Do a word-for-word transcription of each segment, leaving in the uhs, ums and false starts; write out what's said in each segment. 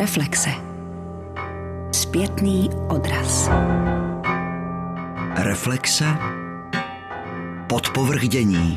Reflexe. Zpětný odraz. Reflexe. Podpovrchdění.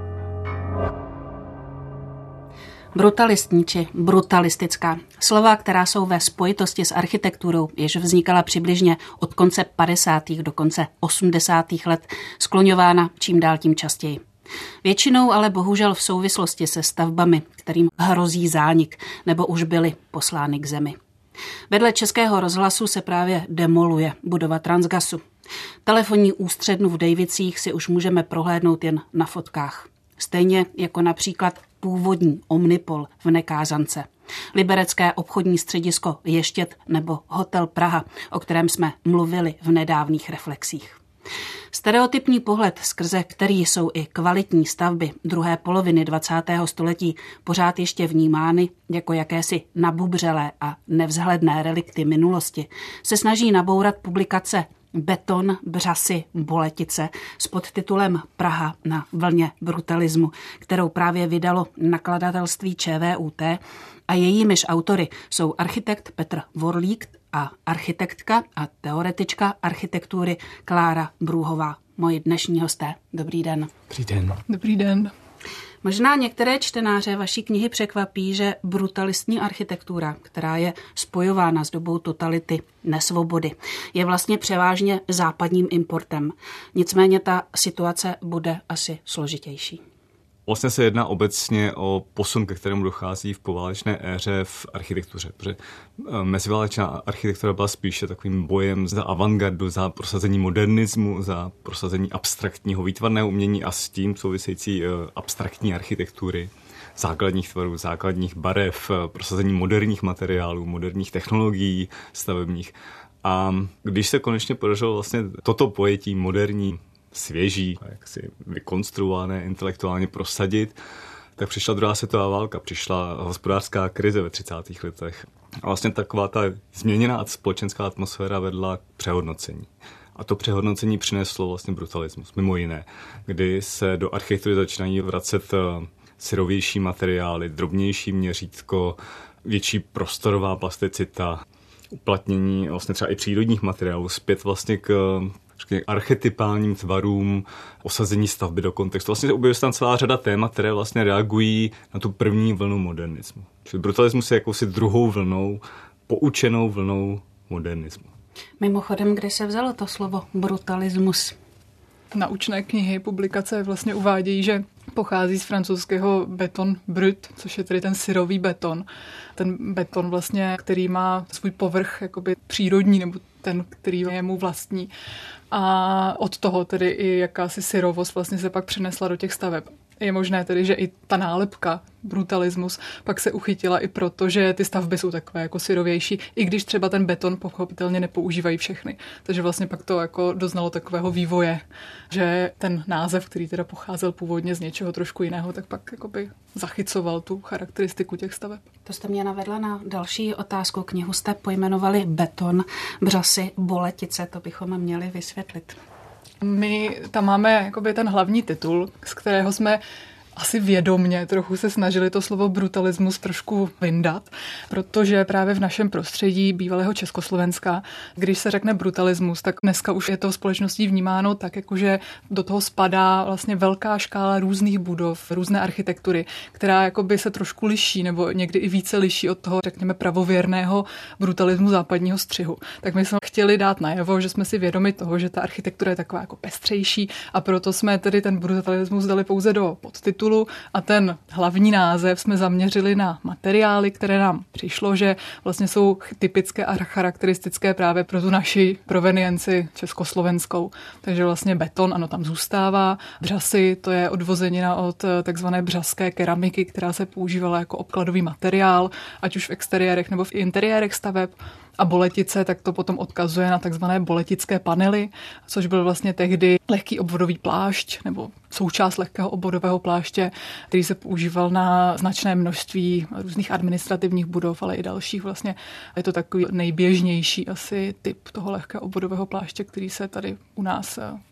Brutalistní či brutalistická. Slova, která jsou ve spojitosti s architekturou, jež vznikala přibližně od konce padesátých do konce osmdesátých let, skloňována čím dál tím častěji. Většinou ale bohužel v souvislosti se stavbami, kterým hrozí zánik nebo už byly poslány k zemi. Vedle Českého rozhlasu se právě demoluje budova Transgasu. Telefonní ústřednu v Dejvicích si už můžeme prohlédnout jen na fotkách. Stejně jako například původní Omnipol v Nekázance, liberecké obchodní středisko Ještěd nebo Hotel Praha, o kterém jsme mluvili v nedávných reflexích. Stereotypní pohled, skrze který jsou i kvalitní stavby druhé poloviny dvacátého století pořád ještě vnímány jako jakési nabubřelé a nevzhledné relikty minulosti, se snaží nabourat publikace Beton, Břasy, Boletice s podtitulem Praha na vlně brutalismu, kterou právě vydalo nakladatelství ČVUT, a jejímiž autory jsou architekt Petr Vorlík a architektka a teoretička architektury Klára Brůhová. Moji dnešní hosté. Dobrý den. Dobrý den. Dobrý den. Možná některé čtenáře vaší knihy překvapí, že brutalistní architektura, která je spojována s dobou totality, nesvobody, je vlastně převážně západním importem. Nicméně ta situace bude asi složitější. Vlastně se jedná obecně o posun, ke kterému dochází v poválečné éře v architektuře, protože meziválečná architektura byla spíše takovým bojem za avantgardu, za prosazení modernismu, za prosazení abstraktního výtvarného umění a s tím související abstraktní architektury, základních tvarů, základních barev, prosazení moderních materiálů, moderních technologií stavebních. A když se konečně podařilo vlastně toto pojetí moderní, svěží, jaksi vykonstruované, intelektuálně prosadit, tak přišla druhá světová válka, přišla hospodářská krize ve třicátých letech. A vlastně taková ta změněná společenská atmosféra vedla k přehodnocení. A to přehodnocení přineslo vlastně brutalismus, mimo jiné, kdy se do architektury začínají vracet syrovější materiály, drobnější měřítko, větší prostorová plasticita, uplatnění vlastně třeba i přírodních materiálů, zpět vlastně k archetypálním tvarům, osazení stavby do kontextu. Vlastně se objeví tam celá řada témat, které vlastně reagují na tu první vlnu modernismu. Čili brutalismus je jakousi druhou vlnou, poučenou vlnou modernismu. Mimochodem, kde se vzalo to slovo brutalismus? Naučné knihy, publikace vlastně uvádějí, že pochází z francouzského beton brut, což je tedy ten syrový beton. Ten beton vlastně, který má svůj povrch jakoby přírodní, nebo ten, který je mu vlastní. A od toho tedy i jakási syrovost vlastně se pak přenesla do těch staveb. Je možné tedy, že i ta nálepka brutalismus pak se uchytila i proto, že ty stavby jsou takové jako syrovější, i když třeba ten beton pochopitelně nepoužívají všechny. Takže vlastně pak to jako doznalo takového vývoje, že ten název, který teda pocházel původně z něčeho trošku jiného, tak pak jakoby zachycoval tu charakteristiku těch staveb. To jste mě navedla na další otázku. Knihu jste pojmenovali Beton, Břasy, Boletice, to bychom měli vysvětlit. My tam máme jakoby ten hlavní titul, z kterého jsme asi vědomně trochu se snažili to slovo brutalismus trošku vyndat, protože právě v našem prostředí bývalého Československa, když se řekne brutalismus, tak dneska už je to společností vnímáno tak, jakože do toho spadá vlastně velká škála různých budov, různé architektury, která jakoby se trošku liší nebo někdy i více liší od toho, řekněme, pravověrného brutalismu západního střihu. Tak my jsme chtěli dát najevo, že jsme si vědomi toho, že ta architektura je taková jako pestřejší, a proto jsme tedy ten brutalismus dali pouze do podtitulu a ten hlavní název jsme zaměřili na materiály, které nám přišlo, že vlastně jsou typické a charakteristické právě pro tu naši provenienci československou. Takže vlastně beton, ano, tam zůstává. Břasy, to je odvozenina od takzvané břaské keramiky, která se používala jako obkladový materiál, ať už v exteriérech nebo v interiérech staveb. A boletice, tak to potom odkazuje na takzvané boletické panely, což byl vlastně tehdy lehký obvodový plášť nebo součást lehkého obvodového pláště, který se používal na značné množství různých administrativních budov, ale i dalších. Vlastně je to takový nejběžnější asi typ toho lehkého obvodového pláště, který se tady u nás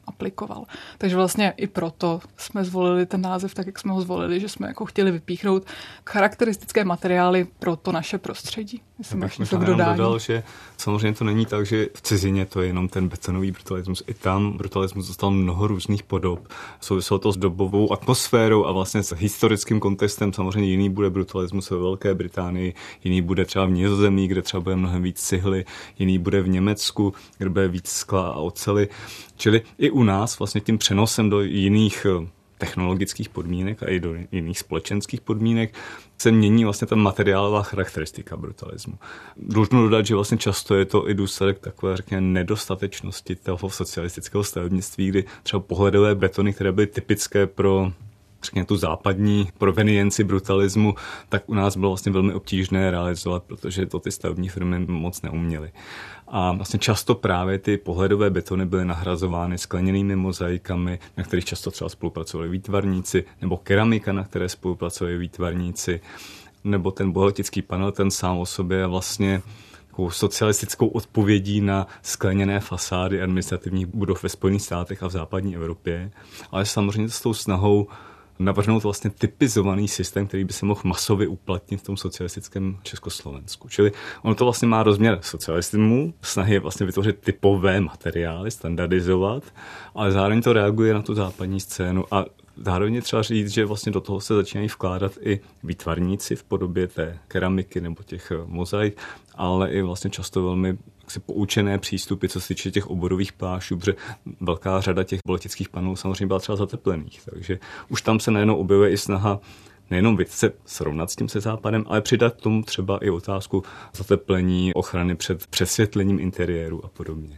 aplikoval. Takže vlastně i proto jsme zvolili ten název tak, jak jsme ho zvolili, že jsme jako chtěli vypíchnout charakteristické materiály pro to naše prostředí. Myslím, bych možná jenom dodal, že samozřejmě to není tak, že v cizině to je jenom ten betonový brutalismus. I tam brutalismus dostal mnoho různých podob. Souviselo to s dobovou atmosférou a vlastně s historickým kontextem. Samozřejmě jiný bude brutalismus ve Velké Británii, jiný bude třeba v Nizozemí, kde třeba bude mnohem víc cihly, jiný bude v Německu, kde bude víc skla a oceli. Čili i u nás vlastně tím přenosem do jiných technologických podmínek a i do jiných společenských podmínek se mění vlastně ta materiálová charakteristika brutalismu. Dlužno dodat, že vlastně často je to i důsledek takové, řekněme, nedostatečnosti toho socialistického stavebnictví, kdy třeba pohledové betony, které byly typické pro řekněme tu západní provenienci brutalismu, tak u nás bylo vlastně velmi obtížné realizovat, protože to ty stavební firmy moc neuměly. A vlastně často právě ty pohledové betony byly nahrazovány skleněnými mozaikami, na kterých často třeba spolupracovali výtvarníci, nebo keramika, na které spolupracovali výtvarníci, nebo ten bohetický panel, ten sám o sobě je vlastně takovou socialistickou odpovědí na skleněné fasády administrativních budov ve Spojených státech a v západní Evropě, ale samozřejmě s tou snahou navrhnout vlastně typizovaný systém, který by se mohl masově uplatnit v tom socialistickém Československu. Čili ono to vlastně má rozměr socialismu, snahy je vlastně vytvořit typové materiály, standardizovat, ale zároveň to reaguje na tu západní scénu a zároveň je třeba říct, že vlastně do toho se začínají vkládat i výtvarníci v podobě té keramiky nebo těch mozaik, ale i vlastně často velmi si poučené přístupy, co se týče těch oborových plášťů, protože velká řada těch boletických panelů samozřejmě byla třeba zateplených, takže už tam se najednou objevuje i snaha nejenom se srovnat s tím se západem, ale přidat k tomu třeba i otázku zateplení, ochrany před přesvětlením interiéru a podobně.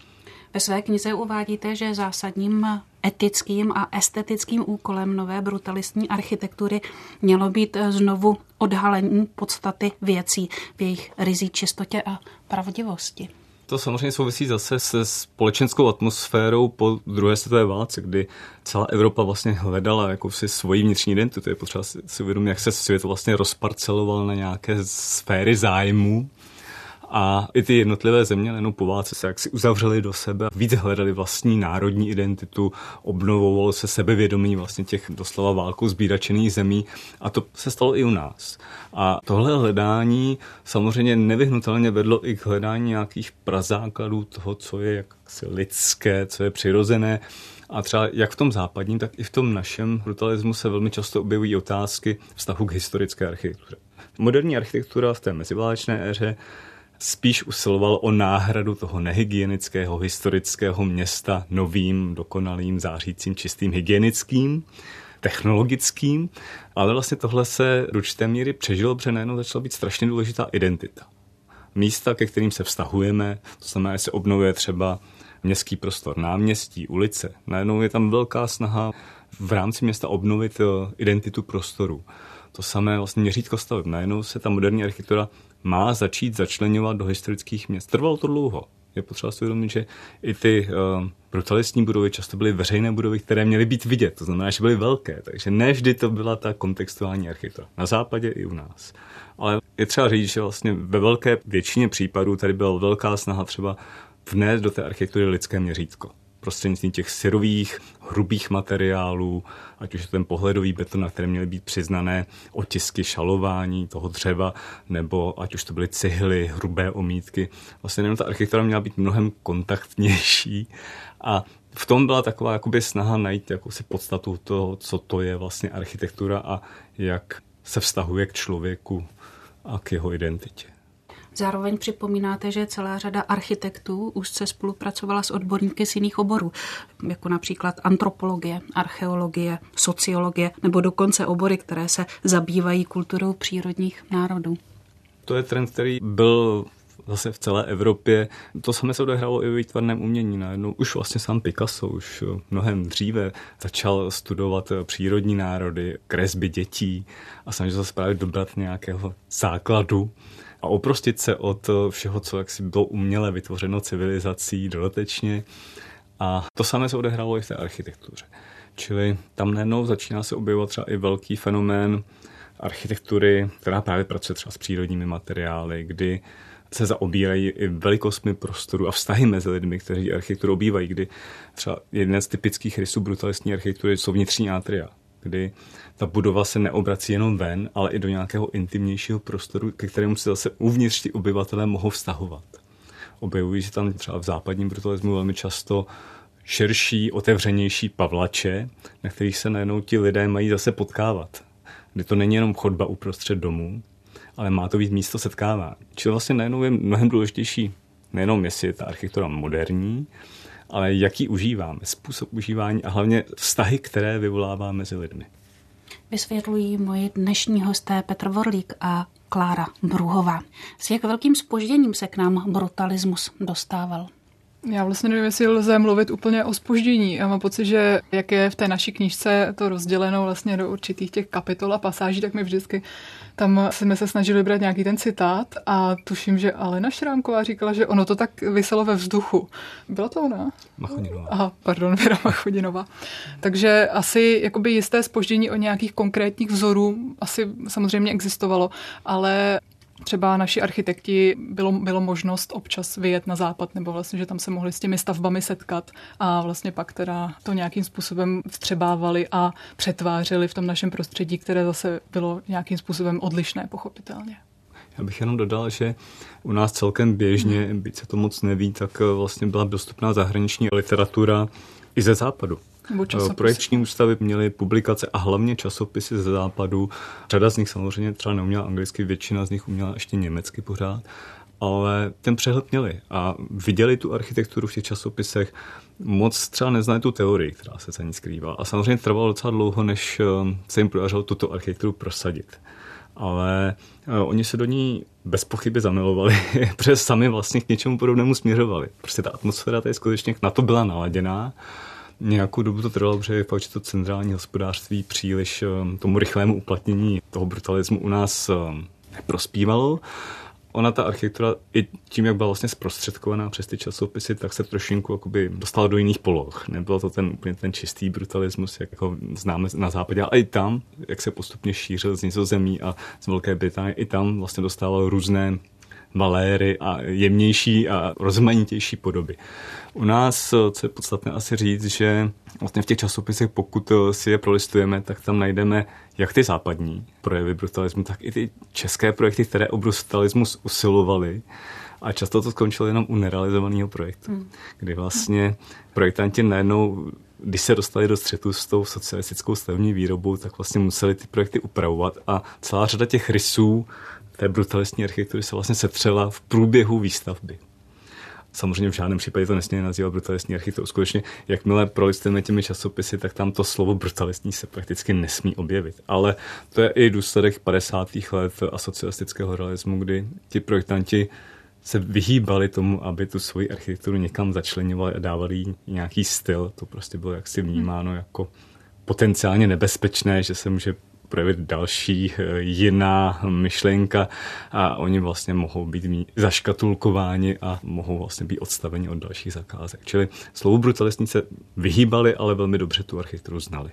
Ve své knize uvádíte, že zásadním etickým a estetickým úkolem nové brutalistní architektury mělo být znovu odhalení podstaty věcí v jejich ryzí čistotě a pravdivosti. To samozřejmě souvisí zase se společenskou atmosférou po druhé světové válce, kdy celá Evropa vlastně hledala jakousi svoji vnitřní identitu. Je potřeba si uvědomit, jak se svět vlastně rozparceloval na nějaké sféry zájmu. A i ty jednotlivé země nejenom po válce se jaksi uzavřely do sebe, víc hledali vlastní národní identitu, obnovovalo se sebevědomí vlastně těch doslova válkou zbídačených zemí a to se stalo i u nás. A tohle hledání samozřejmě nevyhnutelně vedlo i k hledání nějakých prazákladů toho, co je jaksi lidské, co je přirozené. A třeba jak v tom západním, tak i v tom našem brutalismu se velmi často objevují otázky vztahu k historické architektuře. Moderní architektura v té meziválečné éře spíš usiloval o náhradu toho nehygienického historického města novým, dokonalým, zářícím, čistým, hygienickým, technologickým, ale vlastně tohle se do určité míry přežilo, protože najednou začala být strašně důležitá identita. Místa, ke kterým se vztahujeme, to znamená, že se obnovuje třeba městský prostor, náměstí, ulice. Najednou je tam velká snaha v rámci města obnovit identitu prostoru. To samé vlastně měřítko staveb. Najednou se ta moderní architektura má začít začleňovat do historických měst. Trvalo to dlouho. Je potřeba si uvědomit, že i ty uh, brutalistní budovy často byly veřejné budovy, které měly být vidět. To znamená, že byly velké. Takže ne vždy to byla ta kontextuální architektura. Na západě i u nás. Ale je třeba říct, že vlastně ve velké většině případů tady byla velká snaha třeba vnést do té architektury lidské měřítko. Prostřednictvím těch syrových, hrubých materiálů, ať už je ten pohledový beton, na kterém měly být přiznané otisky šalování toho dřeva, nebo ať už to byly cihly, hrubé omítky. Vlastně jenom ta architektura měla být mnohem kontaktnější a v tom byla taková jakoby snaha najít jakousi podstatu toho, co to je vlastně architektura a jak se vztahuje k člověku a k jeho identitě. Zároveň připomínáte, že celá řada architektů úzce spolupracovala s odborníky z jiných oborů, jako například antropologie, archeologie, sociologie nebo dokonce obory, které se zabývají kulturou přírodních národů. To je trend, který byl zase v celé Evropě. To samé se odehrálo i ve výtvarném umění. Najednou už vlastně sám Picasso už mnohem dříve začal studovat přírodní národy, kresby dětí a snažil se právě dobrat nějakého základu a oprostit se od všeho, co jaksi bylo uměle vytvořeno civilizací dodatečně. A to samé se odehrálo i v té architektuře. Čili tam najednou začíná se objevovat třeba i velký fenomén architektury, která právě pracuje třeba s přírodními materiály, kdy se zaobírají i velikostmi prostoru a vztahy mezi lidmi, kteří architekturu obývají, kdy třeba jeden z typických rysů brutalistní architektury jsou vnitřní atria, kdy ta budova se neobrací jenom ven, ale i do nějakého intimnějšího prostoru, ke kterému se zase uvnitř ty obyvatelé mohou vztahovat. Objevují se tam třeba v západním brutalismu velmi často širší, otevřenější pavlače, na kterých se najednou ti lidé mají zase potkávat. Kdy to není jenom chodba uprostřed domu, ale má to být místo setkávání. Čili vlastně najednou je mnohem důležitější nejenom, jestli je ta architektura moderní, ale jaký užíváme, způsob užívání a hlavně vztahy, které vyvolává mezi lidmi. Vysvětlují moji dnešní hosté Petr Vorlík a Klára Bruhová. S jak velkým zpožděním se k nám brutalismus dostával? Já vlastně nevím, jestli lze mluvit úplně o zpoždění. Já mám pocit, že jak je v té naší knížce to rozděleno vlastně do určitých těch kapitol a pasáží, tak my vždycky tam jsme se snažili brát nějaký ten citát a tuším, že Alena Šrámková říkala, že ono to tak viselo ve vzduchu. Byla to ona? Machodinová. Aha, pardon, Věra Machodinová. Takže asi jakoby jisté zpoždění o nějakých konkrétních vzorů asi samozřejmě existovalo, ale třeba naši architekti bylo, bylo možnost občas vyjet na západ, nebo vlastně, že tam se mohli s těmi stavbami setkat a vlastně pak teda to nějakým způsobem vstřebávali a přetvářeli v tom našem prostředí, které zase bylo nějakým způsobem odlišné, pochopitelně. Já bych jenom dodal, že u nás celkem běžně, byť se to moc neví, tak vlastně byla dostupná zahraniční literatura i ze západu. Projekční ústavy měly publikace a hlavně časopisy ze západu. Řada z nich samozřejmě třeba neuměla anglicky, většina z nich uměla ještě německy pořád, ale ten přehled měli a viděli tu architekturu v těch časopisech, moc třeba neznali tu teorii, která se za ní skrývá. A samozřejmě trvalo docela dlouho, než se jim podařilo tuto architekturu prosadit. Ale oni se do ní bez pochyby zamilovali, protože sami vlastně k něčemu podobnému směřovali. Prostě ta atmosféra tady skutečně na to byla naladěná. Nějakou dobu to trvalo, protože fakt to centrální hospodářství příliš tomu rychlému uplatnění toho brutalismu u nás neprospívalo. Ona, ta architektura, i tím, jak byla vlastně zprostředkovaná přes ty časopisy, tak se trošinku jakoby dostala do jiných poloh. Nebylo to ten úplně ten čistý brutalismus, jak ho známe na západě, ale i tam, jak se postupně šířil z Nizozemí a z Velké Británie, i tam vlastně dostával různé maléry a jemnější a rozmanitější podoby. U nás, co je podstatné asi říct, že vlastně v těch časopisech, pokud si je prolistujeme, tak tam najdeme jak ty západní projevy brutalismu, tak i ty české projekty, které o brutalismus usilovaly. A často to skončilo jenom u nerealizovaného projektu, hmm. kdy vlastně projektanti najednou, když se dostali do střetu s tou socialistickou stavební výrobou, tak vlastně museli ty projekty upravovat a celá řada těch rysů té brutalistní architektury se vlastně setřela v průběhu výstavby. Samozřejmě v žádném případě to nesmí nazývat brutalistní architekturu. Skutečně, jakmile prolistujeme těmi časopisy, tak tam to slovo brutalistní se prakticky nesmí objevit. Ale to je i důsledek padesátých let a socialistického realismu, kdy ti projektanti se vyhýbali tomu, aby tu svoji architekturu někam začleňovali a dávali jí nějaký styl. To prostě bylo jaksi vnímáno jako potenciálně nebezpečné, že se může projevit další jiná myšlenka a oni vlastně mohou být zaškatulkováni a mohou vlastně být odstaveni od dalších zakázek. Čili slovu brutalistní se vyhýbali, ale velmi dobře tu architekturu znali.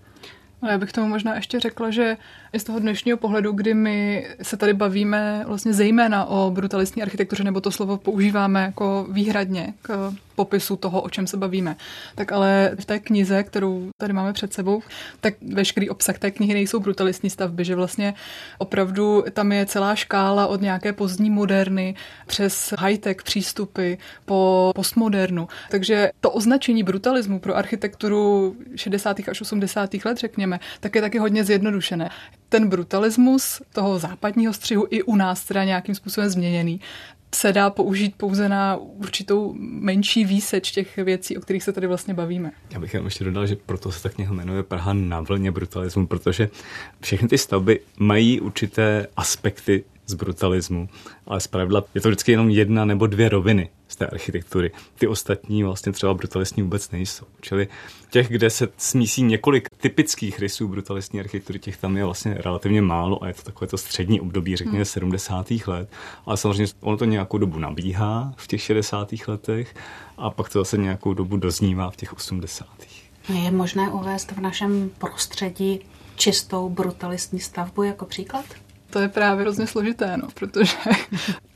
Ale já bych tomu možná ještě řekla, že i z toho dnešního pohledu, kdy my se tady bavíme vlastně zejména o brutalistní architektuře, nebo to slovo používáme jako výhradně k popisu toho, o čem se bavíme. Tak ale v té knize, kterou tady máme před sebou, tak veškerý obsah té knihy nejsou brutalistní stavby, že vlastně opravdu tam je celá škála od nějaké pozdní moderny přes high-tech přístupy po postmodernu. Takže to označení brutalismu pro architekturu šedesátých až osmdesátých let, řekněme, tak je taky hodně zjednodušené. Ten brutalismus toho západního střihu i u nás teda nějakým způsobem změněný, se dá použít pouze na určitou menší výseč těch věcí, o kterých se tady vlastně bavíme. Já bych jen ještě dodal, že proto se tak kniha jmenuje Praha na vlně brutalismu, protože všechny ty stavby mají určité aspekty z brutalismu, ale zpravidla je to vždycky jenom jedna nebo dvě roviny z té architektury. Ty ostatní vlastně třeba brutalistní vůbec nejsou. Čili těch, kde se smísí několik typických rysů brutalistní architektury, těch tam je vlastně relativně málo a je to takové to střední období, řekněme sedmdesátých let, ale samozřejmě ono to nějakou dobu nabíhá v těch šedesátých letech a pak to zase nějakou dobu doznívá v těch osmdesátých. Je možné uvést v našem prostředí čistou brutalistní stavbu jako příklad? To je právě hrozně složité, no, protože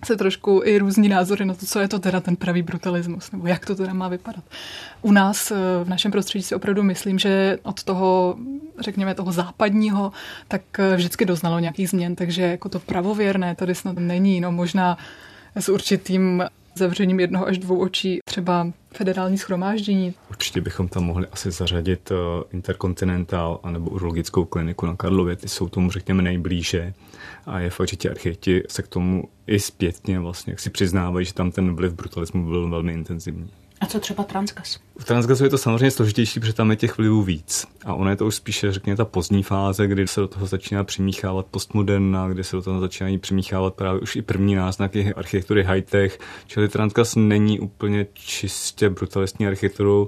se trošku i různí názory na to, co je to teda ten pravý brutalismus, nebo jak to teda má vypadat. U nás v našem prostředí si opravdu myslím, že od toho, řekněme, toho západního, tak vždycky doznalo nějakých změn, takže jako to pravověrné tady snad není, no možná s určitým zavřením jednoho až dvou očí, třeba federální shromáždění. Určitě bychom tam mohli asi zařadit Interkontinentál anebo urologickou kliniku na Karlově, ty jsou tomu, řekněme, nejblíže. A je fakt, že ti architekti se k tomu i zpětně vlastně, jak si přiznávají, že tam ten vliv brutalismu byl velmi intenzivní. A co třeba Transgas? V Transgasu je to samozřejmě složitější, protože tam je těch vlivů víc. A ono je to už spíše, řekněme, ta pozdní fáze, kdy se do toho začíná přimíchávat postmoderna, kdy se do toho začínají přimíchávat právě už i první náznaky architektury high-tech. Čili Transgas není úplně čistě brutalistní architekturou.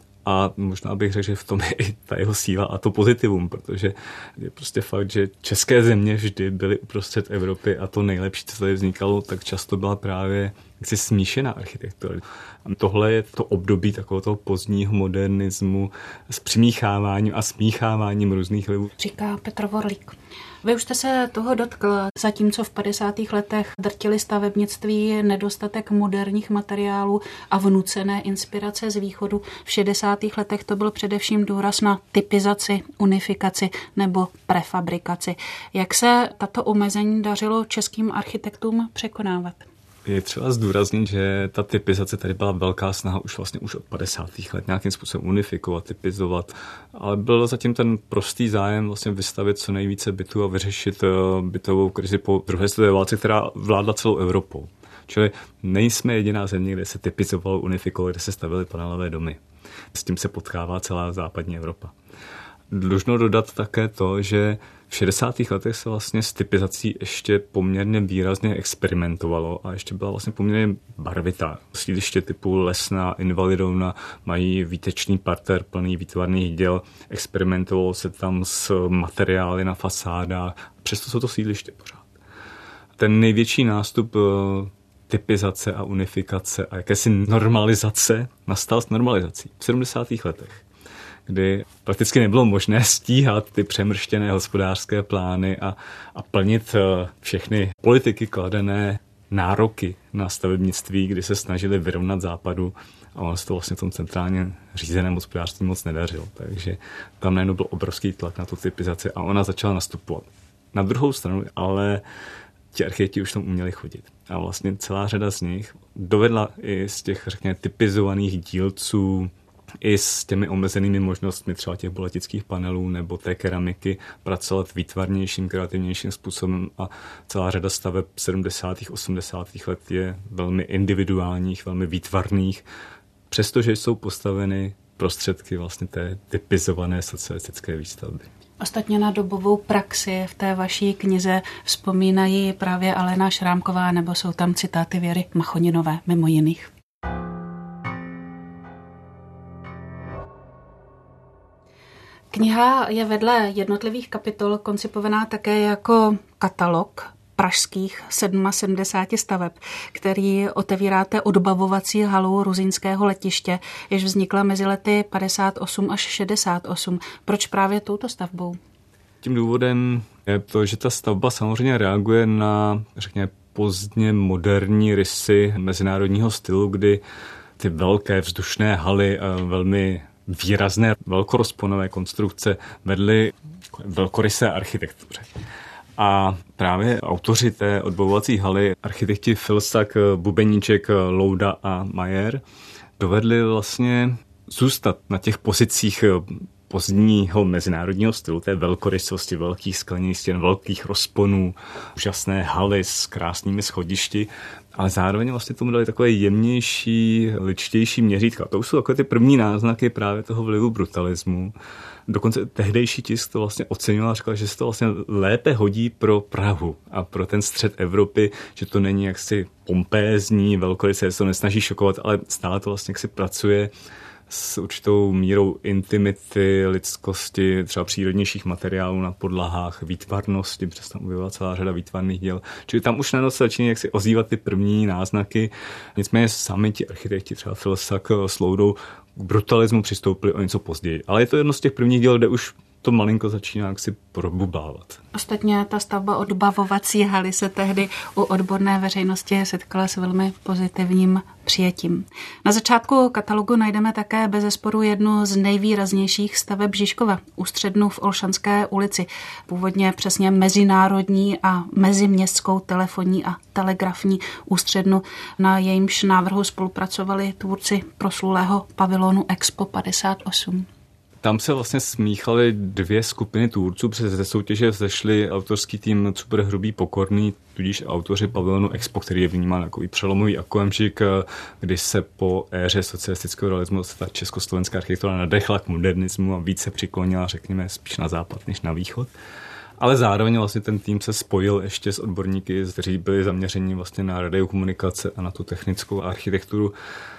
A možná bych řekl, že v tom je i ta jeho síla a to pozitivum, protože je prostě fakt, že české země vždy byly uprostřed Evropy a to nejlepší, co tady vznikalo, tak často byla právě jaksi smíšená architektura. A tohle je to období takového toho pozdního modernismu s přimícháváním a smícháváním různých vlivů. Říká Petr Vorlík. Vy už jste se toho dotkl, zatímco v padesátých letech drtili stavebnictví nedostatek moderních materiálů a vnucené inspirace z východu. V šedesátých letech to byl především důraz na typizaci, unifikaci nebo prefabrikaci. Jak se tato omezení dařilo českým architektům překonávat? Je třeba zdůraznit, že ta typizace tady byla velká snaha už vlastně už od padesátých let nějakým způsobem unifikovat, typizovat, ale byl zatím ten prostý zájem vlastně vystavit co nejvíce bytů a vyřešit bytovou krizi po druhé světové válce, která vládla celou Evropou. Čili nejsme jediná země, kde se typizovalo, unifikovalo, kde se stavily panelové domy. S tím se potkává celá západní Evropa. Dlužno dodat také to, že v šedesátých letech se vlastně s typizací ještě poměrně výrazně experimentovalo a ještě byla vlastně poměrně barvitá. Sídliště typu Lesná, Invalidovna mají výtečný parter plný výtvarných děl, experimentovalo se tam s materiály na fasádách, přesto jsou to sídliště pořád. Ten největší nástup typizace a unifikace a jakési normalizace nastal s normalizací v sedmdesátých letech, kdy prakticky nebylo možné stíhat ty přemrštěné hospodářské plány a, a plnit všechny politiky kladené nároky na stavebnictví, kdy se snažili vyrovnat západu a ono se to vlastně v tom centrálně řízeném hospodářství moc nedařilo. Takže tam najednou byl obrovský tlak na tu typizaci a ona začala nastupovat. Na druhou stranu ale ti architekti už tam uměli chodit. A vlastně celá řada z nich dovedla i z těch, řekněme, typizovaných dílců i s těmi omezenými možnostmi třeba těch boletických panelů nebo té keramiky pracovat výtvarnějším, kreativnějším způsobem a celá řada staveb sedmdesátých osmdesátých let je velmi individuálních, velmi výtvarných, přestože jsou postaveny prostředky vlastně té typizované socialistické výstavby. Ostatně na dobovou praxi v té vaší knize vzpomínají právě Alena Šrámková nebo jsou tam citáty Věry Machoninové mimo jiných. Kniha je vedle jednotlivých kapitol koncipovaná také jako katalog pražských sedmdesáti sedmi staveb, který otevíráte odbavovací halou Ruzyňského letiště, jež vznikla mezi lety padesát osm až šedesát osm. Proč právě touto stavbou? Tím důvodem je to, že ta stavba samozřejmě reaguje na, řekněme, pozdně moderní rysy mezinárodního stylu, kdy ty velké vzdušné haly velmi výrazné velkorozponové konstrukce vedly velkorysé architektuře. A právě autoři té odbavovací haly, architekti Filsak, Bubeníček, Louda a Majer, dovedli vlastně zůstat na těch pozicích pozdního mezinárodního stylu, té velkorysosti, velkých skleněných stěn, velkých rozponů, úžasné haly s krásnými schodišti, ale zároveň vlastně tomu dali takové jemnější, ličtější měřítka. To už jsou takové ty první náznaky právě toho vlivu brutalismu. Dokonce tehdejší tisk to vlastně ocenila a řekla, že se to vlastně lépe hodí pro Prahu a pro ten střed Evropy, že to není jaksi pompézní, velkorysé, se to nesnaží šokovat, ale stále to vlastně jaksi pracuje s určitou mírou intimity, lidskosti, třeba přírodnějších materiálů na podlahách, výtvarnosti, protože tam objevila celá řada výtvarných děl. Čili tam už najednou se začínají jak si ozývat ty první náznaky. Nicméně sami ti architekti, třeba Filsak s Loudou, k brutalismu přistoupili o něco později. Ale je to jedno z těch prvních děl, kde už to malinko začíná jaksi probubávat. Ostatně ta stavba odbavovací haly se tehdy u odborné veřejnosti setkala s velmi pozitivním přijetím. Na začátku katalogu najdeme také bezesporu jednu z nejvýraznějších staveb Žižkova, ústřednu v Olšanské ulici, původně přesně mezinárodní a meziměstskou telefonní a telegrafní ústřednu, na jejímž návrhu spolupracovali tvůrci proslulého pavilonu Expo padesát osm. Tam se vlastně smíchaly dvě skupiny tvůrců, protože ze soutěže vzešli autorský tým Superhrubý Pokorný, tudíž autoři pavilonu Expo, který je vnímán jako přelomový okamžik, kdy se po éře socialistického realismu ta československá architektura nadechla k modernismu a více přiklonila, řekněme, spíš na západ než na východ. Ale zároveň vlastně ten tým se spojil ještě s odborníky, kteří byli zaměřeni vlastně na radiokomunikace a na tu technickou architekturu.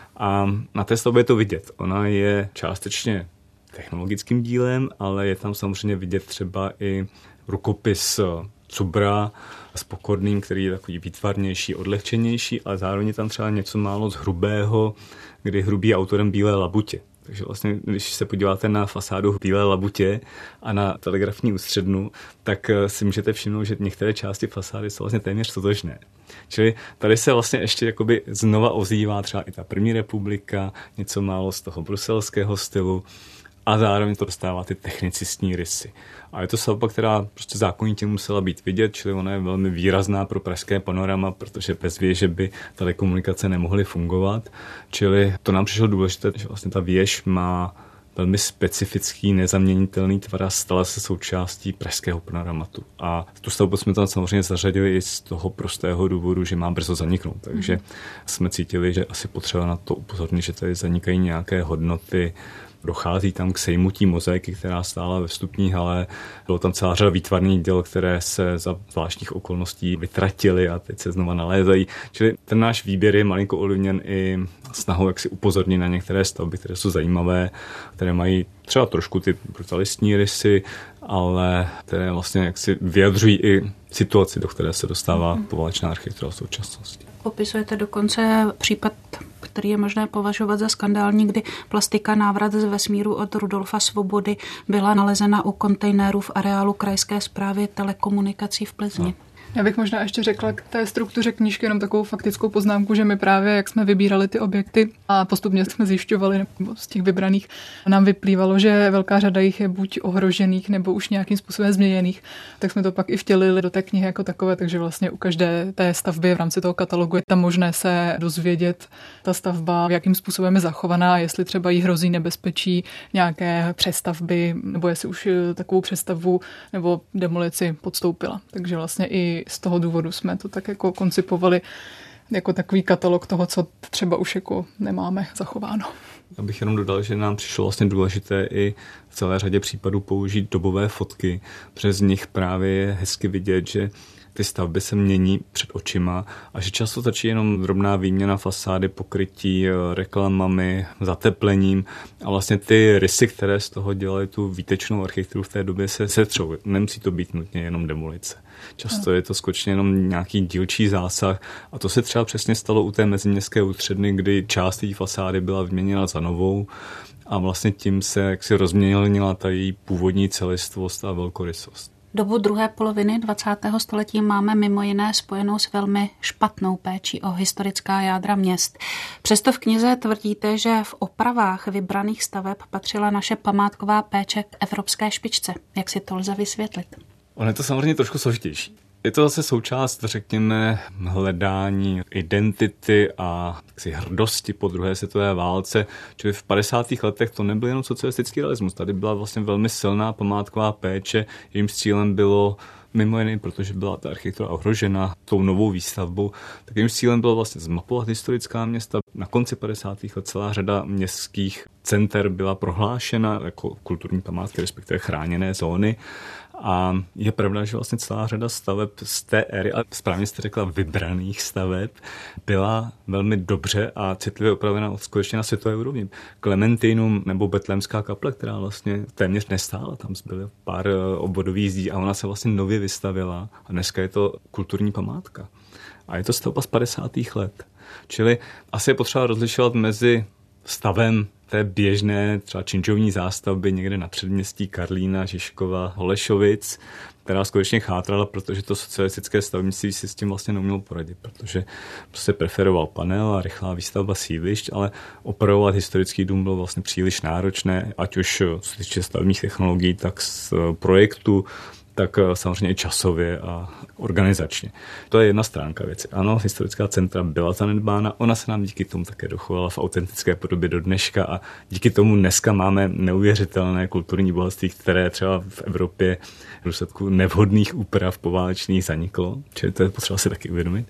A na té stavbě je to vidět. Ona je částečně technologickým dílem, ale je tam samozřejmě vidět třeba i rukopis Cubra s Pokorným, který je takový výtvarnější, odlehčenější, ale zároveň je tam třeba něco málo z Hrubého, kdy Hrubý je autorem Bílé labutě. Takže vlastně, když se podíváte na fasádu Bílé labutě a na telegrafní ústřednu, tak si můžete všimnout, že některé části fasády jsou vlastně téměř totožné. Čili tady se vlastně ještě jakoby znova ozývá třeba i ta první republika, něco málo z toho bruselského stylu, a zároveň to dostává ty technicistní rysy. A je to stavba, která prostě zákonitě musela být vidět, čili ona je velmi výrazná pro pražské panorama, protože bez věže by telekomunikace nemohly fungovat. Čili to nám přišlo důležité, že vlastně ta věž má velmi specifický, nezaměnitelný tvar a stala se součástí pražského panoramatu. A tu stavbu jsme tam samozřejmě zařadili i z toho prostého důvodu, že má brzo zaniknout. Takže jsme cítili, že asi potřeba na to upozornit, že tady zanikají nějaké hodnoty. Dochází tam k sejmutí mozaiky, která stála ve vstupní hale. Bylo tam celá řada výtvarných děl, které se za zvláštních okolností vytratily a teď se znova nalézají. Čili ten náš výběr je malinko ovlivněn i snahou, jak si upozornit na některé stavby, které jsou zajímavé, které mají třeba trošku ty brutalistní rysy, ale které vlastně jak si vyjadřují i situaci, do které se dostává poválečná architektura v současnosti. Popisujete dokonce případ, který je možné považovat za skandální, kdy plastika Návrat z vesmíru od Rudolfa Svobody byla nalezena u kontejnerů v areálu Krajské správy telekomunikací v Plzni. No. Já bych možná ještě řekla k té struktuře knížky jenom takovou faktickou poznámku, že my právě, jak jsme vybírali ty objekty a postupně jsme zjišťovali, nebo z těch vybraných, nám vyplývalo, že velká řada jich je buď ohrožených, nebo už nějakým způsobem změněných, tak jsme to pak i vtělili do té knihy jako takové, takže vlastně u každé té stavby v rámci toho katalogu je tam možné se dozvědět ta stavba, jakým způsobem je zachovaná, jestli třeba jí hrozí nebezpečí nějaké přestavby, nebo jestli už takovou přestavbu nebo demolici podstoupila. Takže vlastně i z toho důvodu jsme to tak jako koncipovali jako takový katalog toho, co třeba už jako nemáme zachováno. Abych jenom dodal, že nám přišlo vlastně důležité i v celé řadě případů použít dobové fotky. Přes nich právě je hezky vidět, že ty stavby se mění před očima a že často stačí jenom drobná výměna fasády, pokrytí reklamami, zateplením a vlastně ty rysy, které z toho dělají tu výtečnou architekturu v té době, se setřou. Nemusí to být nutně jenom demolice. Často je to skutečně jenom nějaký dílčí zásah a to se třeba přesně stalo u té meziměstské ústředny, kdy část té fasády byla vyměněna za novou a vlastně tím se jaksi rozměnila ta její původní celistvost a velkorysost. Dobu druhé poloviny dvacátého století máme mimo jiné spojenou s velmi špatnou péčí o historická jádra měst. Přesto v knize tvrdíte, že v opravách vybraných staveb patřila naše památková péče k evropské špičce. Jak si to lze vysvětlit? Ono je to samozřejmě trošku složitější. Je to zase součást, řekněme, hledání identity a hrdosti po druhé světové válce. Čili v padesátých letech to nebyl jenom socialistický realismus. Tady byla vlastně velmi silná památková péče. Jejím cílem bylo mimo jiné, protože byla ta architektura ohrožena tou novou výstavbou, tak jejím cílem bylo vlastně zmapovat historická města. Na konci padesátých let celá řada městských center byla prohlášena jako kulturní památky, respektive chráněné zóny. A je pravda, že vlastně celá řada staveb z té éry, a správně jste řekla vybraných staveb, byla velmi dobře a citlivě opravena skutečně na světové úrovni. Klementinum nebo Betlémská kaple, která vlastně téměř nestála, tam zbyly pár obvodových zdí a ona se vlastně nově vystavila a dneska je to kulturní památka. A je to stavba z padesátých let. Čili asi je potřeba rozlišovat mezi stavem té běžné třeba činžovní zástavby někde na předměstí Karlína, Žižkova, Holešovic, která skutečně chátrala, protože to socialistické stavebnictví si s tím vlastně neumělo poradit, protože prostě preferoval panel a rychlá výstavba sídlišť, ale opravovat historický dům bylo vlastně příliš náročné, ať už co týče stavebních technologií, tak z projektu, tak samozřejmě i časově a organizačně. To je jedna stránka věci. Ano, historická centra byla zanedbána, ona se nám díky tomu také dochovala v autentické podobě do dneška a díky tomu dneska máme neuvěřitelné kulturní bohatství, které třeba v Evropě v důsledku nevhodných úprav poválečných zaniklo, čili to je potřeba si taky uvědomit.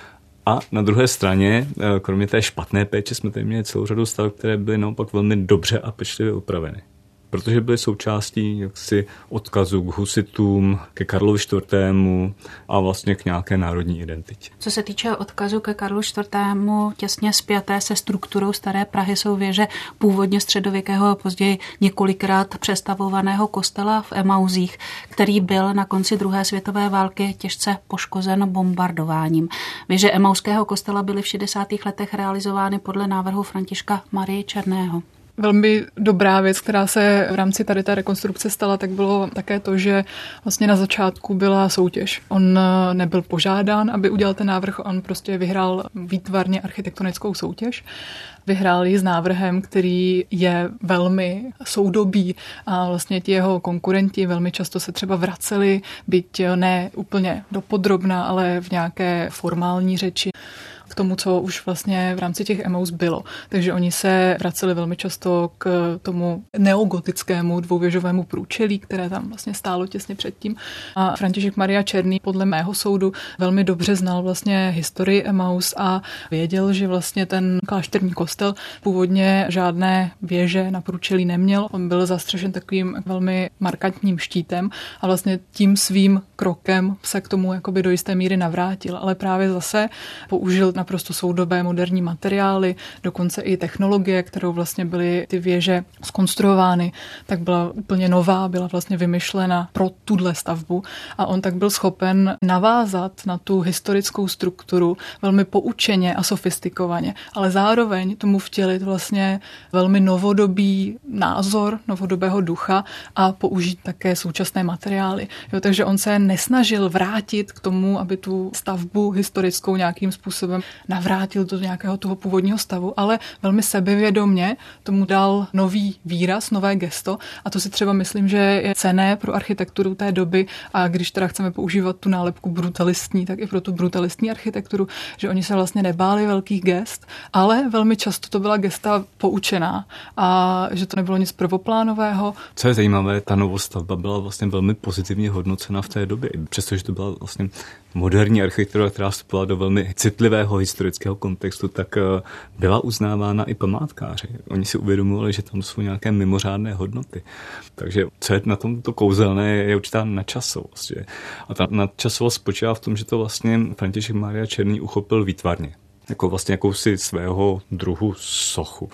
A na druhé straně, kromě té špatné péče, jsme tady měli celou řadu staveb, které byly naopak velmi dobře a pečlivě upraveny. Protože byly součástí jaksi odkazu k husitům, ke Karlovi čtvrtému a vlastně k nějaké národní identitě. Co se týče odkazu ke Karlu čtvrtému, těsně spjaté se strukturou Staré Prahy jsou věže původně středověkého a později několikrát přestavovaného kostela v Emauzích, který byl na konci druhé světové války těžce poškozen bombardováním. Věže Emauského kostela byly v šedesátých letech realizovány podle návrhu Františka Marie Černého. Velmi dobrá věc, která se v rámci tady té rekonstrukce stala, tak bylo také to, že vlastně na začátku byla soutěž. On nebyl požádán, aby udělal ten návrh, on prostě vyhrál výtvarně architektonickou soutěž. Vyhrál ji s návrhem, který je velmi soudobý a vlastně ti jeho konkurenti velmi často se třeba vraceli, byť ne úplně dopodrobna, ale v nějaké formální řeči k tomu, co už vlastně v rámci těch Emaus bylo. Takže oni se vraceli velmi často k tomu neogotickému dvouvěžovému průčelí, které tam vlastně stálo těsně předtím. A František Maria Černý podle mého soudu velmi dobře znal vlastně historii Emaus a věděl, že vlastně ten klášterní kostel původně žádné věže na průčelí neměl. On byl zastřešen takovým velmi markantním štítem a vlastně tím svým krokem se k tomu jakoby do jisté míry navrátil. Ale právě zase použil naprosto soudobé moderní materiály, dokonce i technologie, kterou vlastně byly ty věže zkonstruovány, tak byla úplně nová, byla vlastně vymyšlena pro tuhle stavbu a on tak byl schopen navázat na tu historickou strukturu velmi poučeně a sofistikovaně, ale zároveň tomu vtělit vlastně velmi novodobý názor, novodobého ducha a použít také současné materiály. Jo, takže on se nesnažil vrátit k tomu, aby tu stavbu historickou nějakým způsobem navrátil do nějakého toho původního stavu, ale velmi sebevědomně tomu dal nový výraz, nové gesto a to si třeba myslím, že je cenné pro architekturu té doby a když teda chceme používat tu nálepku brutalistní, tak i pro tu brutalistní architekturu, že oni se vlastně nebáli velkých gest, ale velmi často to byla gesta poučená a že to nebylo nic prvoplánového. Co je zajímavé, ta novostavba byla vlastně velmi pozitivně hodnocena v té době, přestože to byla vlastně moderní architektura, která vstupovala do velmi citlivého historického kontextu, tak byla uznávána i památkáři. Oni si uvědomovali, že tam jsou nějaké mimořádné hodnoty. Takže co je na tom to kouzelné, je určitá nadčasovost. Že? A ta nadčasovost spočívá v tom, že to vlastně František Maria Černý uchopil výtvarně. Jako vlastně jakousi svého druhu sochu.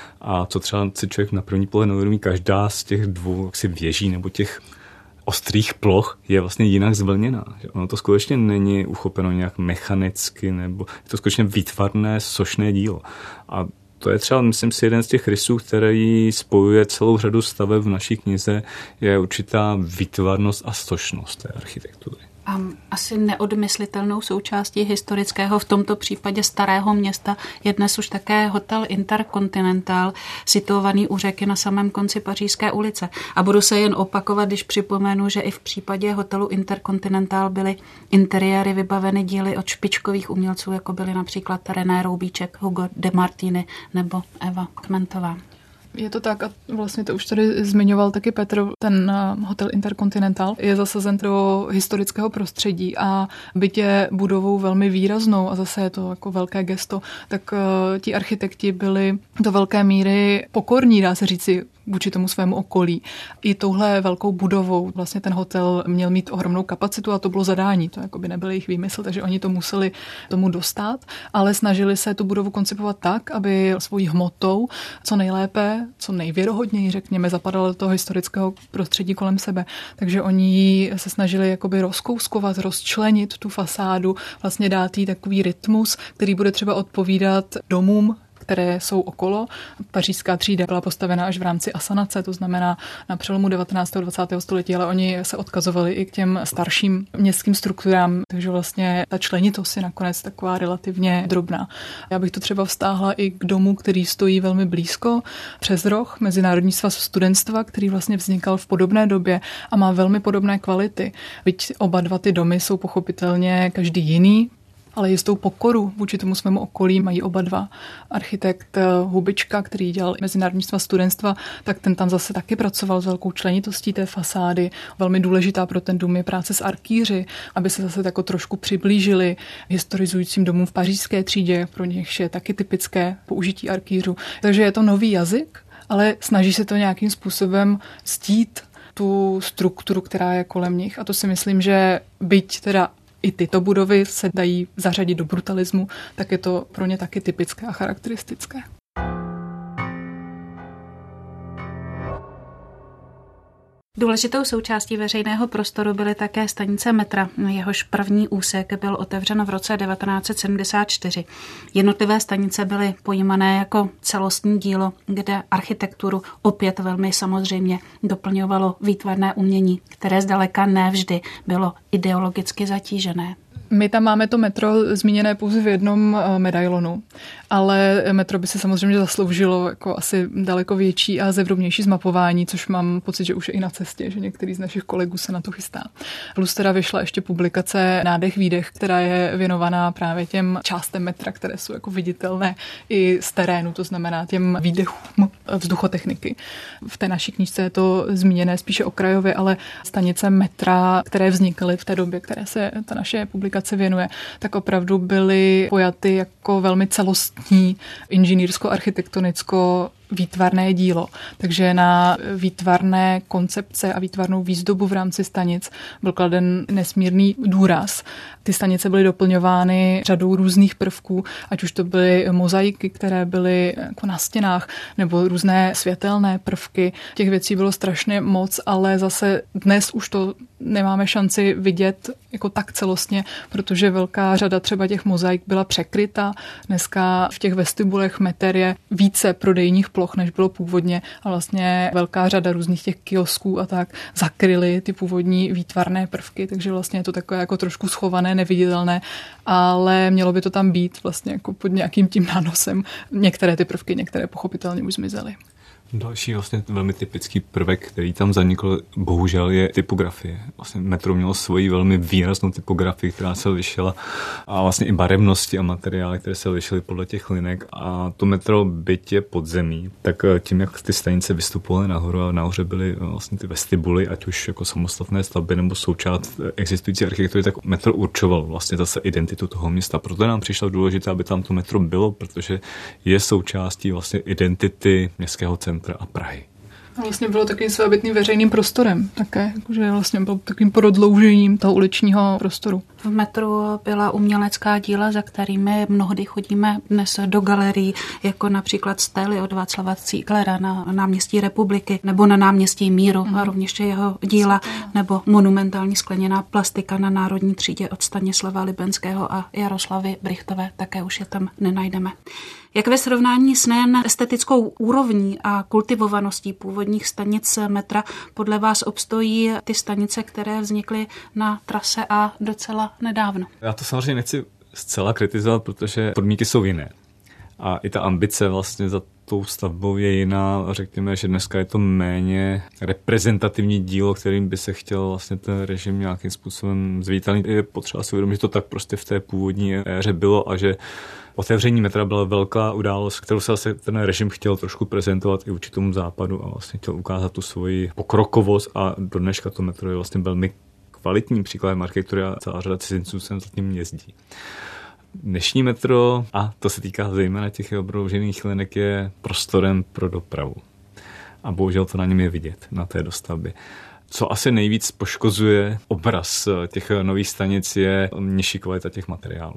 A co třeba si člověk na první pohled neuvědomí, každá z těch dvou jaksi věží nebo těch ostrých ploch je vlastně jinak zvlněná. Ono to skutečně není uchopeno nějak mechanicky, nebo je to skutečně výtvarné, sošné dílo. A to je třeba, myslím si, jeden z těch rysů, který spojuje celou řadu staveb v naší knize, je určitá výtvarnost a sošnost té architektury. A asi neodmyslitelnou součástí historického, v tomto případě Starého Města, je dnes už také hotel Intercontinental, situovaný u řeky na samém konci Pařížské ulice. A budu se jen opakovat, když připomenu, že i v případě hotelu Intercontinental byly interiéry vybaveny díly od špičkových umělců, jako byly například René Roubíček, Hugo de Martini nebo Eva Kmentová. Je to tak a vlastně to už tady zmiňoval taky Petr, ten hotel Intercontinental je zasazen do historického prostředí a byť je budovou velmi výraznou a zase je to jako velké gesto, tak uh, ti architekti byli do velké míry pokorní, dá se říci, vůči tomu svému okolí. I touhle velkou budovou vlastně ten hotel měl mít ohromnou kapacitu a to bylo zadání, to jako by nebyl jejich výmysl, takže oni to museli tomu dostat, ale snažili se tu budovu koncipovat tak, aby svojí hmotou co nejlépe, co nejvěrohodněji, řekněme, zapadala do toho historického prostředí kolem sebe. Takže oni se snažili jakoby rozkouskovat, rozčlenit tu fasádu, vlastně dát jí takový rytmus, který bude třeba odpovídat domům, které jsou okolo. Pařížská třída byla postavena až v rámci asanace, to znamená na přelomu devatenáctého a dvacátého století, ale oni se odkazovali i k těm starším městským strukturám, takže vlastně ta členitost je nakonec taková relativně drobná. Já bych to třeba vztáhla i k domu, který stojí velmi blízko přes roh, Mezinárodní svaz studentstva, který vlastně vznikal v podobné době a má velmi podobné kvality. Byť oba dva ty domy jsou pochopitelně každý jiný, ale jistou pokoru vůči tomu svému okolí mají oba dva. Architekt Hubička, který dělal Mezinárodní svaz studentstva, tak ten tam zase taky pracoval s velkou členitostí té fasády. Velmi důležitá pro ten dům je práce s arkýři, aby se zase tako trošku přiblížili historizujícím domům v pařížské třídě, pro něž je taky typické použití arkýřů. Takže je to nový jazyk, ale snaží se to nějakým způsobem ctít tu strukturu, která je kolem nich. A to si myslím, že byť teda i tyto budovy se dají zařadit do brutalismu, tak je to pro ně taky typické a charakteristické. Důležitou součástí veřejného prostoru byly také stanice metra. Jehož první úsek byl otevřen v roce devatenáct set sedmdesát čtyři. Jednotlivé stanice byly pojímané jako celostní dílo, kde architekturu opět velmi samozřejmě doplňovalo výtvarné umění, které zdaleka ne vždy bylo ideologicky zatížené. My tam máme to metro zmíněné pouze v jednom medailonu, ale metro by se samozřejmě zasloužilo jako asi daleko větší a zevrubnější zmapování, což mám pocit, že už je i na cestě, že některý z našich kolegů se na to chystá. Plus teda vyšla ještě publikace Nádech výdech, která je věnovaná právě těm částem metra, které jsou jako viditelné i z terénu, to znamená těm výdechům vzduchotechniky. V té naší knížce je to zmíněné spíše okrajově, ale stanice metra, které vznikaly v té době, které se ta naše publikace se věnuje, tak opravdu byly pojaty jako velmi celostní inženýrsko-architektonicko výtvarné dílo. Takže na výtvarné koncepce a výtvarnou výzdobu v rámci stanic byl kladen nesmírný důraz. Ty stanice byly doplňovány řadou různých prvků, ať už to byly mozaiky, které byly jako na stěnách, nebo různé světelné prvky. Těch věcí bylo strašně moc, ale zase dnes už to nemáme šanci vidět jako tak celostně, protože velká řada třeba těch mozaik byla překryta. Dneska v těch vestibulech meter je více prodejních ploch, než bylo původně, a vlastně velká řada různých těch kiosků a tak zakryly ty původní výtvarné prvky, takže vlastně je to takové jako trošku schované, neviditelné, ale mělo by to tam být vlastně jako pod nějakým tím nánosem. Některé ty prvky, některé pochopitelně už zmizely. Další vlastně velmi typický prvek, který tam zanikl, bohužel, je typografie. Vlastně metro mělo svoji velmi výraznou typografii, která se lišila, a vlastně i barevnosti a materiály, které se lišily podle těch linek. A to metro, byť je pod zemí, tak tím, jak ty stanice vystupovaly nahoru a nahoře byly vlastně ty vestibuly, ať už jako samostatné stavby nebo součást existující architektury, tak metro určovalo vlastně zase identitu toho města. Proto nám přišlo důležité, aby tam to metro bylo, protože je součástí vlastně identity městského centra a Prahy. A vlastně bylo takovým svébytným veřejným prostorem také, že vlastně byl takovým prodloužením toho uličního prostoru. V metru byla umělecká díla, za kterými mnohdy chodíme dnes do galerií, jako například Stely od Václava Cíklera na náměstí Republiky nebo na náměstí Míru, mm. a rovněž jeho díla, nebo monumentální skleněná plastika na Národní třídě od Stanislava Libenského a Jaroslavy Brychtové, také už je tam nenajdeme. Jak ve srovnání s nejen estetickou úrovní a kultivovaností původních stanic metra podle vás obstojí ty stanice, které vznikly na trase A docela nedávno? Já to samozřejmě nechci zcela kritizovat, protože podmínky jsou jiné. A i ta ambice vlastně za tou stavbou je jiná. Řekněme, že dneska je to méně reprezentativní dílo, kterým by se chtěl vlastně ten režim nějakým způsobem zviditelnit. Je potřeba si uvědomit, že to tak prostě v té původní éře bylo a že otevření metra byla velká událost, kterou se vlastně ten režim chtěl trošku prezentovat i vůči tomu západu a vlastně chtěl ukázat tu svoji pokrokovost, a do dneška to metro je vlastně velmi kvalitní příkladem architektury a celá řada cizinců sem za tím jezdí. Dnešní metro, a to se týká zejména těch obroužených linek, je prostorem pro dopravu. A bohužel to na něm je vidět, na té dostavbě. Co asi nejvíc poškozuje obraz těch nových stanic, je nižší kvalita těch materiálů.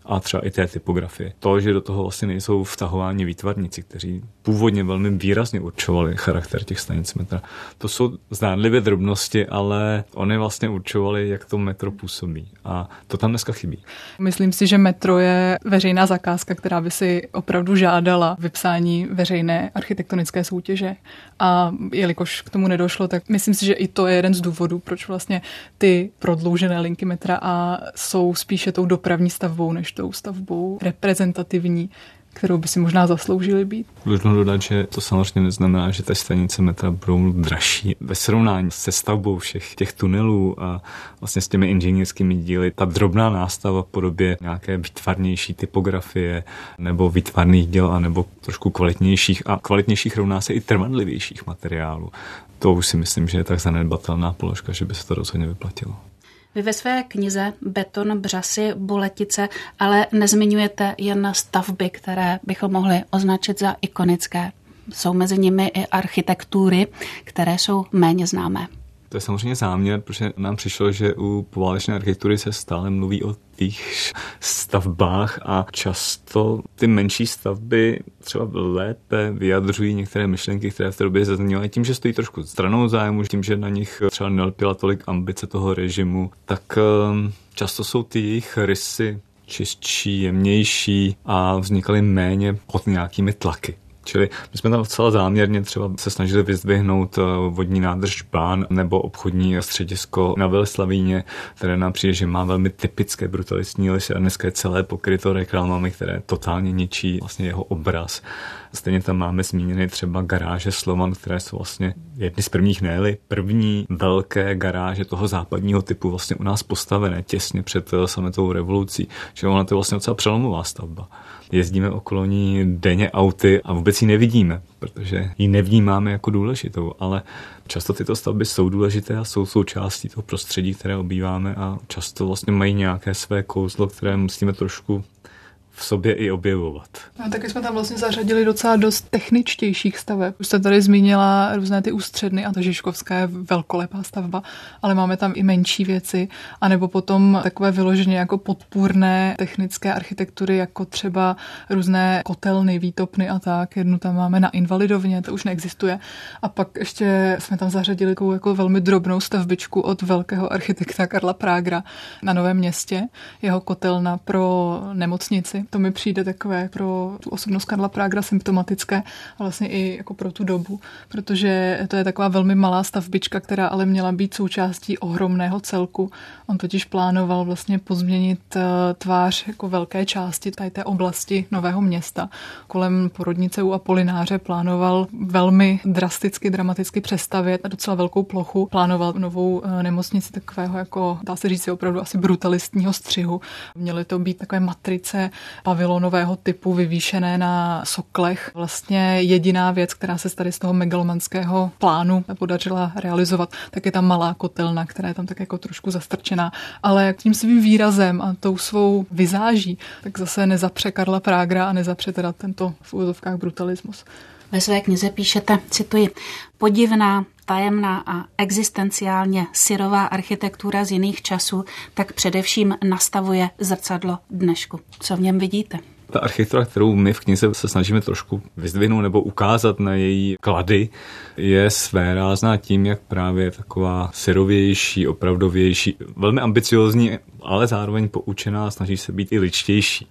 a třeba i té typografie. To, že do toho vlastně nejsou vtahováni výtvarníci, kteří původně velmi výrazně určovali charakter těch stanic metra. To jsou zdánlivě drobnosti, ale oni vlastně určovali, jak to metro působí. A to tam dneska chybí. Myslím si, že metro je veřejná zakázka, která by si opravdu žádala vypsání veřejné architektonické soutěže. A jelikož k tomu nedošlo, tak myslím si, že i to je jeden z důvodů, proč vlastně ty prodloužené linky metra a jsou spíše tou dopravní stavbou, než tou stavbou reprezentativní, kterou by si možná zasloužili být. Dlužno dodat, že to samozřejmě neznamená, že ty stanice metra budou dražší. Ve srovnání se stavbou všech těch tunelů a vlastně s těmi inženýrskými díly, ta drobná nástava v podobě nějaké výtvarnější typografie nebo výtvarných děl a nebo trošku kvalitnějších a kvalitnějších rovná se i trvanlivějších materiálů. To už si myslím, že je tak zanedbatelná položka, že by se to rozhodně vyplatilo. Vy ve své knize Beton, Břasy, Boletice ale nezmiňujete jen stavby, které bychom mohli označit za ikonické. Jsou mezi nimi i architektury, které jsou méně známé. To je samozřejmě záměr, protože nám přišlo, že u poválečné architektury se stále mluví o těch stavbách a často ty menší stavby třeba lépe vyjadřují některé myšlenky, které v té době zaznívají. Tím, že stojí trošku stranou zájmu, tím, že na nich třeba nelpěla tolik ambice toho režimu, tak často jsou ty jejich rysy čistší, jemnější a vznikaly méně pod nějakými tlaky. Čili my jsme tam docela záměrně třeba se snažili vyzdvihnout vodní nádrž Bán nebo obchodní středisko na Veleslavíně, které nám přijde, že má velmi typické brutalistní lisy a dneska je celé pokryto reklamami, které totálně ničí vlastně jeho obraz. Stejně tam máme zmíněny třeba garáže Slovan, které jsou vlastně jedny z prvních, ne-li první velké garáže toho západního typu vlastně u nás postavené těsně před sametovou revolucí. Čili ona to je vlastně docela přelomová stavba. Jezdíme okolo ní denně auty a vůbec ji nevidíme, protože ji nevnímáme jako důležitou, ale často tyto stavby jsou důležité a jsou součástí toho prostředí, které obýváme a často vlastně mají nějaké své kouzlo, které musíme trošku v sobě i objevovat. A taky jsme tam vlastně zařadili docela dost techničtějších staveb. Už jste tady zmínila různé ty ústředny a ta Žižkovská je velkolepá stavba, ale máme tam i menší věci, anebo potom takové vyloženě jako podpůrné technické architektury, jako třeba různé kotelny, výtopny a tak. Jednu tam máme na Invalidovně, to už neexistuje. A pak ještě jsme tam zařadili takovou jako velmi drobnou stavbičku od velkého architekta Karla Prágra na Novém Městě. Jeho kotelna pro nemocnici. To mi přijde takové pro tu osobnost Karla Prágra symptomatické a vlastně i jako pro tu dobu, protože to je taková velmi malá stavbička, která ale měla být součástí ohromného celku. On totiž plánoval vlastně pozměnit tvář jako velké části tady té oblasti Nového Města. Kolem porodnice u Apolináře plánoval velmi drasticky, dramaticky přestavět na docela velkou plochu. Plánoval novou nemocnici takového jako, dá se říct, opravdu asi brutalistního střihu. Měly to být takové matrice pavilonového typu vyvýšené na soklech. Vlastně jediná věc, která se tady z toho megalomanského plánu podařila realizovat, tak je ta malá kotelna, která je tam tak jako trošku zastrčená. Ale tím svým výrazem a tou svou vizáží, tak zase nezapře Karla Prágra a nezapře teda tento v úvozovkách brutalismus. Ve své knize píšete, cituji, podivná, tajemná a existenciálně syrová architektura z jiných časů tak především nastavuje zrcadlo dnešku. Co v něm vidíte? Ta architektura, kterou my v knize se snažíme trošku vyzdvihnout nebo ukázat na její klady, je svérázná tím, jak právě taková syrovější, opravdovější, velmi ambiciozní, ale zároveň poučená, snaží se být i ličtější.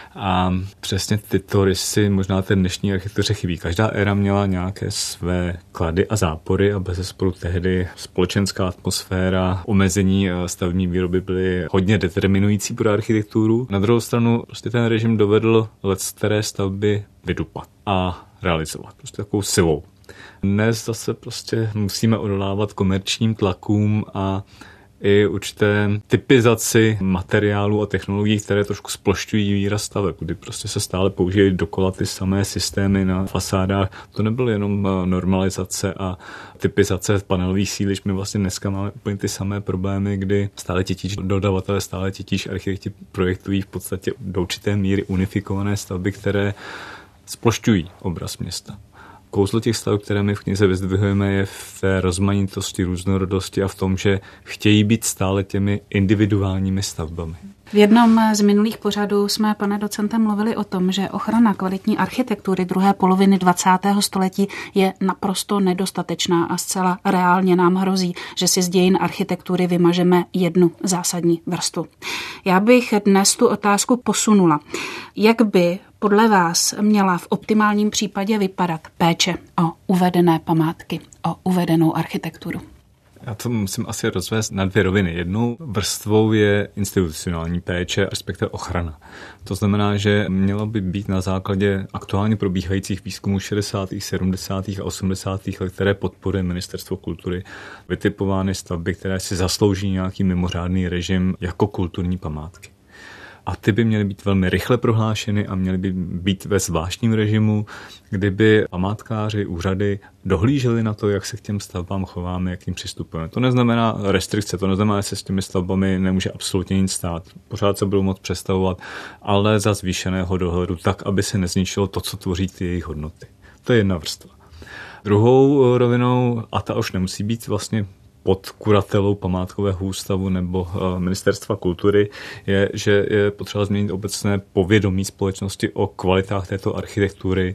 A přesně tyto rysy možná té dnešní architektuře chybí. Každá éra měla nějaké své klady a zápory a bezesporu tehdy společenská atmosféra, omezení stavební výroby byly hodně determinující pro architekturu. Na druhou stranu prostě ten režim dovedl leckteré stavby vydupat a realizovat. Prostě takovou silou. Dnes zase prostě musíme odolávat komerčním tlakům a i určité typizaci materiálů a technologií, které trošku splošťují výraz staveb, kdy prostě se stále použijí dokola ty samé systémy na fasádách. To nebylo jenom normalizace a typizace panelových sílišť. My vlastně dneska máme úplně ty samé problémy, kdy stále titíž dodavatelé, stále titíž architekti projektují v podstatě do určité míry unifikované stavby, které splošťují obraz města. Kouzlo těch staveb, které my v knize vyzdvihujeme, je v té rozmanitosti, různorodosti a v tom, že chtějí být stále těmi individuálními stavbami. V jednom z minulých pořadů jsme, pane docente, mluvili o tom, že ochrana kvalitní architektury druhé poloviny dvacátého století je naprosto nedostatečná a zcela reálně nám hrozí, že si z dějin architektury vymažeme jednu zásadní vrstvu. Já bych dnes tu otázku posunula. Jak by podle vás měla v optimálním případě vypadat péče o uvedené památky, o uvedenou architekturu? Já to musím asi rozvést na dvě roviny. Jednou vrstvou je institucionální péče, respektive ochrana. To znamená, že mělo by být na základě aktuálně probíhajících výzkumů šedesátých, sedmdesátých a osmdesátých let, které podporuje Ministerstvo kultury, vytipovány stavby, které si zaslouží nějaký mimořádný režim jako kulturní památky. A ty by měly být velmi rychle prohlášeny a měly by být ve zvláštním režimu, kdyby památkáři, úřady dohlíželi na to, jak se k těm stavbám chováme, jak jim přistupujeme. To neznamená restrikce, to neznamená, že se s těmi stavbami nemůže absolutně nic stát. Pořád se budou moct přestavovat, ale za zvýšeného dohledu, tak, aby se nezničilo to, co tvoří ty jejich hodnoty. To je jedna vrstva. Druhou rovinou, a ta už nemusí být vlastně pod kuratelou památkového ústavu nebo Ministerstva kultury, je, že je potřeba změnit obecné povědomí společnosti o kvalitách této architektury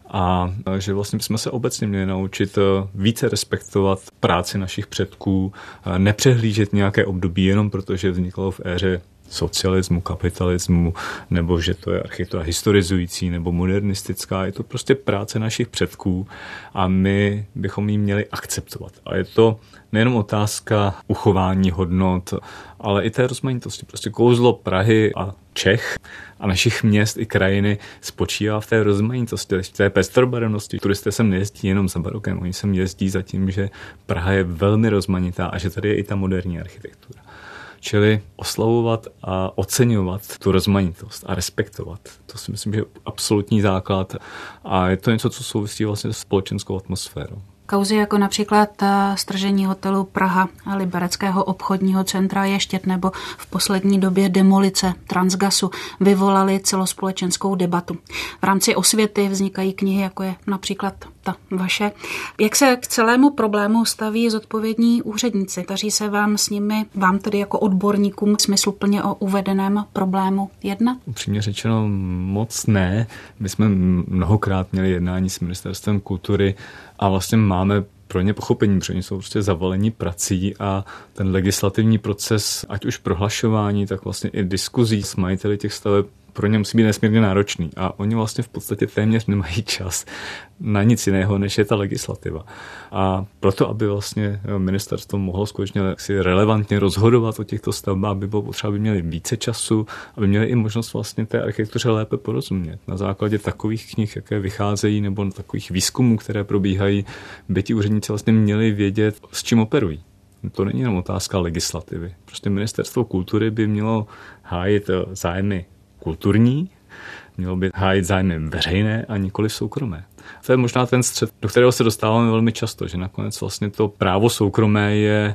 a že vlastně jsme se obecně měli naučit více respektovat práci našich předků, nepřehlížet nějaké období jenom protože vzniklo v éře socialismu, kapitalismu, nebo že to je architektura historizující nebo modernistická. Je to prostě práce našich předků a my bychom ji měli akceptovat. A je to nejenom otázka uchování hodnot, ale i té rozmanitosti. Prostě kouzlo Prahy a Čech a našich měst i krajiny spočívá v té rozmanitosti, v té pestrobarevnosti. Turisté sem nejezdí jenom za barokem, oni sem jezdí za tím, že Praha je velmi rozmanitá a že tady je i ta moderní architektura. Čili oslavovat a oceňovat tu rozmanitost a respektovat. To si myslím, že je absolutní základ a je to něco, co souvisí vlastně s společenskou atmosférou. Kauzy jako například stržení hotelu Praha a Libereckého obchodního centra Ještěd nebo v poslední době demolice Transgasu vyvolaly celospolečenskou debatu. V rámci osvěty vznikají knihy, jako je například ta vaše. Jak se k celému problému staví zodpovědní úředníci? Daří se vám s nimi, vám tedy jako odborníkům, smysluplně o uvedeném problému jednat? Upřímně řečeno moc ne. My jsme mnohokrát měli jednání s Ministerstvem kultury a vlastně máme pro ně pochopení, protože oni jsou prostě zavalení prací a ten legislativní proces, ať už prohlašování, tak vlastně i diskuzí s majiteli těch staveb pro ně musí být nesmírně náročný a oni vlastně v podstatě téměř nemají čas na nic jiného, než je ta legislativa. A proto, aby vlastně ministerstvo mohlo skutečně si relevantně rozhodovat o těchto stavbách, aby bylo potřeba, aby měli více času, aby měli i možnost vlastně té architektuře lépe porozumět. Na základě takových knih, jaké vycházejí, nebo na takových výzkumů, které probíhají, by ti úředníci vlastně měli vědět, s čím operují. To není jenom otázka legislativy. Prostě Ministerstvo kultury by mělo hájit zájmy kulturní, mělo by hájit zájmy veřejné a nikoli soukromé. To je možná ten střed, do kterého se dostáváme velmi často, že nakonec vlastně to právo soukromé je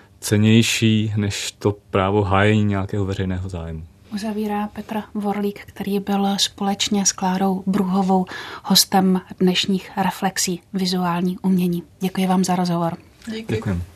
cennější než to právo hájení nějakého veřejného zájmu. Uzavírá Petr Vorlík, který byl společně s Klárou Bruhovou hostem dnešních reflexí vizuální umění. Děkuji vám za rozhovor. Díky. Děkuji.